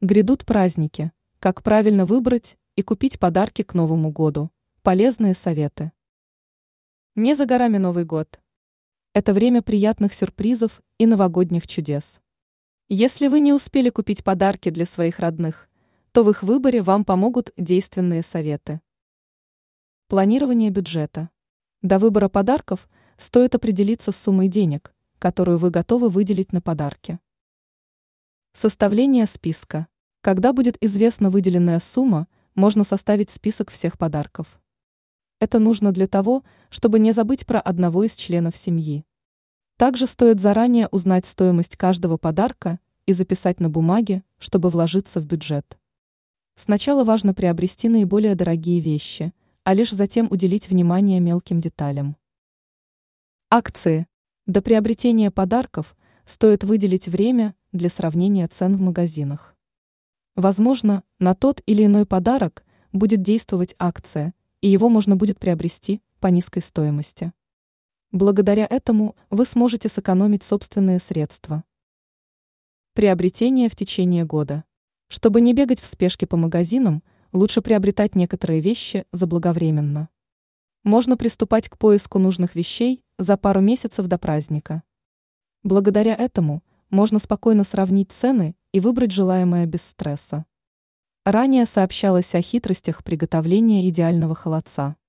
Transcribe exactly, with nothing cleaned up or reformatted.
Грядут праздники. Как правильно выбрать и купить подарки к Новому году? Полезные советы. Не за горами Новый год. Это время приятных сюрпризов и новогодних чудес. Если вы не успели купить подарки для своих родных, то в их выборе вам помогут действенные советы. Планирование бюджета. До выбора подарков стоит определиться с суммой денег, которую вы готовы выделить на подарки. Составление списка. Когда будет известна выделенная сумма, можно составить список всех подарков. Это нужно для того, чтобы не забыть про одного из членов семьи. Также стоит заранее узнать стоимость каждого подарка и записать на бумаге, чтобы вложиться в бюджет. Сначала важно приобрести наиболее дорогие вещи, а лишь затем уделить внимание мелким деталям. Акции. До приобретения подарков стоит выделить время для сравнения цен в магазинах. Возможно, на тот или иной подарок будет действовать акция, и его можно будет приобрести по низкой стоимости. Благодаря этому вы сможете сэкономить собственные средства. Приобретение в течение года. Чтобы не бегать в спешке по магазинам, лучше приобретать некоторые вещи заблаговременно. Можно приступать к поиску нужных вещей за пару месяцев до праздника. Благодаря этому можно спокойно сравнить цены и выбрать желаемое без стресса. Ранее сообщалось о хитростях приготовления идеального холодца.